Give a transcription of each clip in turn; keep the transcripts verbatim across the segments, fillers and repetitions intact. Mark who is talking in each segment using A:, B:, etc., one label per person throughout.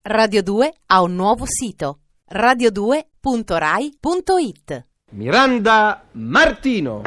A: Radio due ha un nuovo sito, radio due punto rai punto it.
B: Miranda Martino.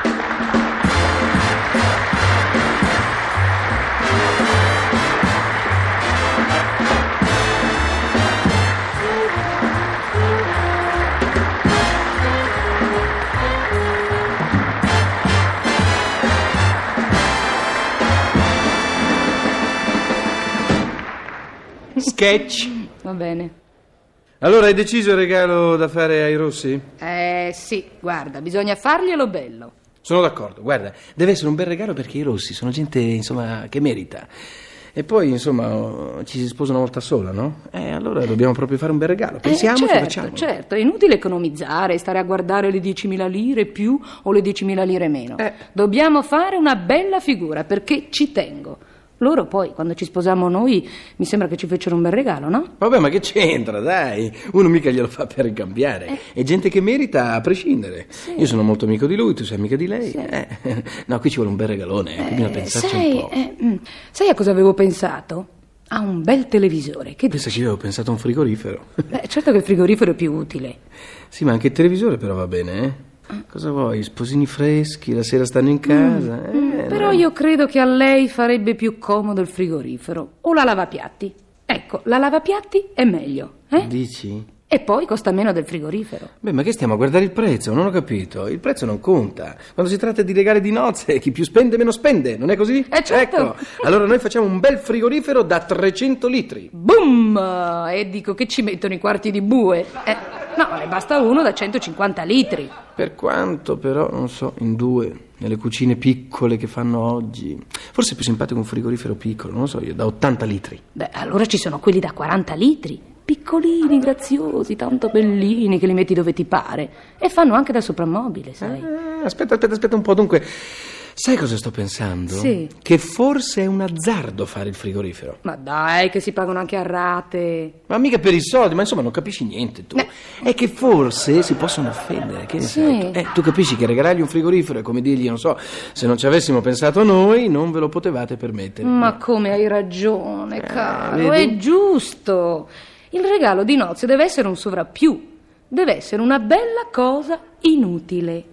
B: Sketch.
C: Va bene.
B: Allora, hai deciso il regalo da fare ai Rossi?
C: Eh sì, guarda, bisogna farglielo bello.
B: Sono d'accordo, guarda, deve essere un bel regalo perché i Rossi sono gente, insomma, che merita. E poi, insomma, ci si sposa una volta sola, no? E allora dobbiamo proprio fare un bel regalo. Pensiamoci,
C: eh, certo,
B: facciamo.
C: Certo, è inutile economizzare, stare a guardare le diecimila lire più o le diecimila lire meno.
B: Eh.
C: Dobbiamo fare una bella figura, perché ci tengo. Loro poi, quando ci sposiamo noi, mi sembra che ci fecero un bel regalo, no?
B: Vabbè, ma che c'entra, dai? Uno mica glielo fa per ricambiare.
C: Eh.
B: È gente che merita a prescindere.
C: Sì.
B: Io sono molto amico di lui, tu sei amica di lei.
C: Sì.
B: Eh. No, qui ci vuole un bel regalone, eh. Bisogna pensarci
C: sai,
B: un po'.
C: eh, mm, sai a cosa avevo pensato? A un bel televisore. Che
B: Pensa
C: dici?
B: che io avevo pensato a un frigorifero.
C: Eh, certo che il frigorifero è più utile.
B: Sì, ma anche il televisore però va bene, eh? Cosa vuoi? Sposini freschi, la sera stanno in casa. eh,
C: Mm, però
B: no?
C: io credo che a lei farebbe più comodo il frigorifero o la lavapiatti. Ecco, la lavapiatti è meglio, eh?
B: Dici?
C: E poi costa meno del frigorifero.
B: Beh, ma che stiamo a guardare il prezzo? Non ho capito. Il prezzo non conta. Quando si tratta di regali di nozze, chi più spende meno spende, non è così?
C: Eh, certo.
B: Ecco, allora noi facciamo un bel frigorifero da trecento litri.
C: Boom! E dico che ci mettono i quarti di bue. Eh, no, ne basta uno da centocinquanta litri.
B: Per quanto però, non so, in due, nelle cucine piccole che fanno oggi. Forse è più simpatico un frigorifero piccolo, non lo so io, da ottanta litri.
C: Beh, allora ci sono quelli da quaranta litri. Piccolini, graziosi, tanto bellini, che li metti dove ti pare. E fanno anche da soprammobile, sai?
B: Eh, aspetta, aspetta, aspetta un po'. Dunque, sai cosa sto pensando?
C: Sì.
B: Che forse è un azzardo fare il frigorifero.
C: Ma dai, che si pagano anche a rate.
B: Ma mica per i soldi, ma insomma non capisci niente tu.
C: Eh.
B: È che forse si possono offendere, che ne
C: Sì.
B: sai tu? Eh, tu capisci che regalargli un frigorifero è come dirgli, non so, se non ci avessimo pensato noi, non ve lo potevate permettere.
C: Ma come hai ragione, caro,
B: vedi?
C: è giusto. Il regalo di nozze deve essere un sovrappiù. Deve essere una bella cosa inutile.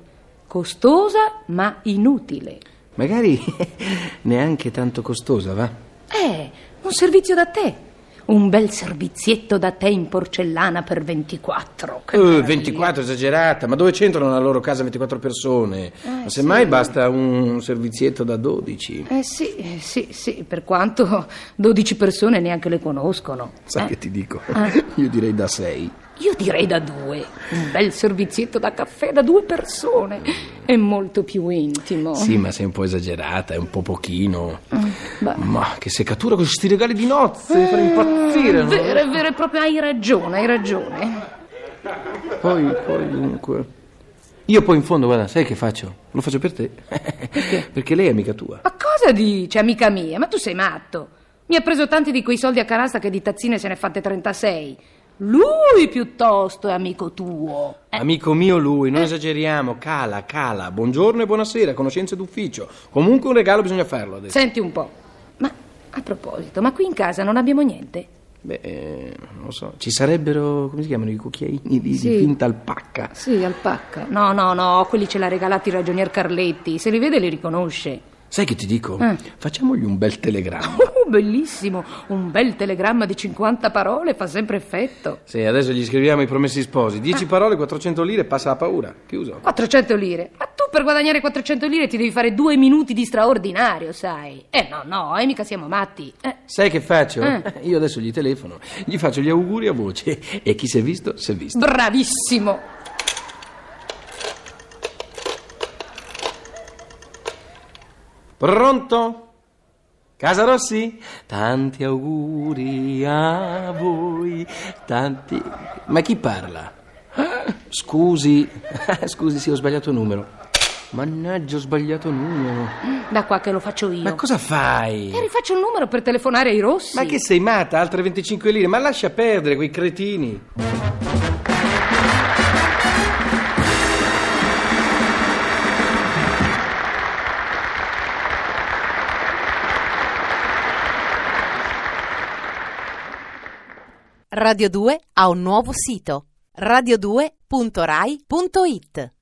C: Costosa, ma inutile.
B: Magari neanche tanto costosa, va?
C: Eh, un servizio da te. Un bel servizietto da te in porcellana per ventiquattro. Che
B: Eh,
C: meraviglia.
B: ventiquattro esagerata, ma dove c'entrano nella loro casa ventiquattro persone? ma semmai
C: sì.
B: basta un servizietto da dodici.
C: Eh sì, eh, sì, sì, per quanto dodici persone neanche le conoscono.
B: Sai
C: Eh,
B: che ti dico?
C: Ah.
B: Io direi da sei.
C: Io direi da due. Un bel servizietto da caffè da due persone. È molto più intimo.
B: Sì, ma sei un po' esagerata, è un po' pochino.
C: Beh.
B: Ma che seccatura con questi regali di nozze, mi fanno impazzire,
C: È
B: no?
C: vero, è vero, è proprio, hai ragione, hai ragione.
B: Poi, poi dunque. Io poi in fondo, guarda, sai che faccio? Lo faccio per te. Perché lei è amica tua.
C: Ma cosa dici, amica mia? Ma tu sei matto. Mi ha preso tanti di quei soldi a canasta che di tazzine se ne ha fatte trentasei. Lui piuttosto è amico tuo. Eh,
B: Amico mio lui, non esageriamo, cala, cala. Buongiorno e buonasera, conoscenze d'ufficio. Comunque un regalo bisogna farlo adesso.
C: Senti un po'. Ma a proposito, ma qui in casa non abbiamo niente?
B: Beh, eh, non lo so, ci sarebbero, come si chiamano, i cucchiaini di,
C: Sì.
B: di finta alpacca.
C: Sì, alpacca. No, no, no, quelli ce l'ha regalati il ragionier Carletti. Se li vede li riconosce.
B: Sai che ti dico?
C: Eh.
B: Facciamogli un bel telegramma.
C: Oh, bellissimo. Un bel telegramma di cinquanta parole fa sempre effetto.
B: Sì, adesso gli scriviamo i promessi sposi. dieci parole, quattrocento lire, passa la paura. Chiuso.
C: quattrocento lire. Ma tu per guadagnare quattrocento lire ti devi fare due minuti di straordinario, sai? Eh no, no, eh, mica siamo matti. Eh.
B: Sai che faccio?
C: Eh.
B: Io adesso gli telefono, gli faccio gli auguri a voce e chi si è visto, si è visto.
C: Bravissimo.
B: Pronto? Casa Rossi? Tanti auguri a voi, tanti... Ma chi parla? Scusi, scusi, sì, ho sbagliato numero. Mannaggia, ho sbagliato numero.
C: Da qua che lo faccio io.
B: Ma cosa fai?
C: E rifaccio il numero per telefonare ai Rossi.
B: Ma che sei matta? Altre venticinque lire? Ma lascia perdere quei cretini.
A: Radio due ha un nuovo sito, radio due punto rai punto it.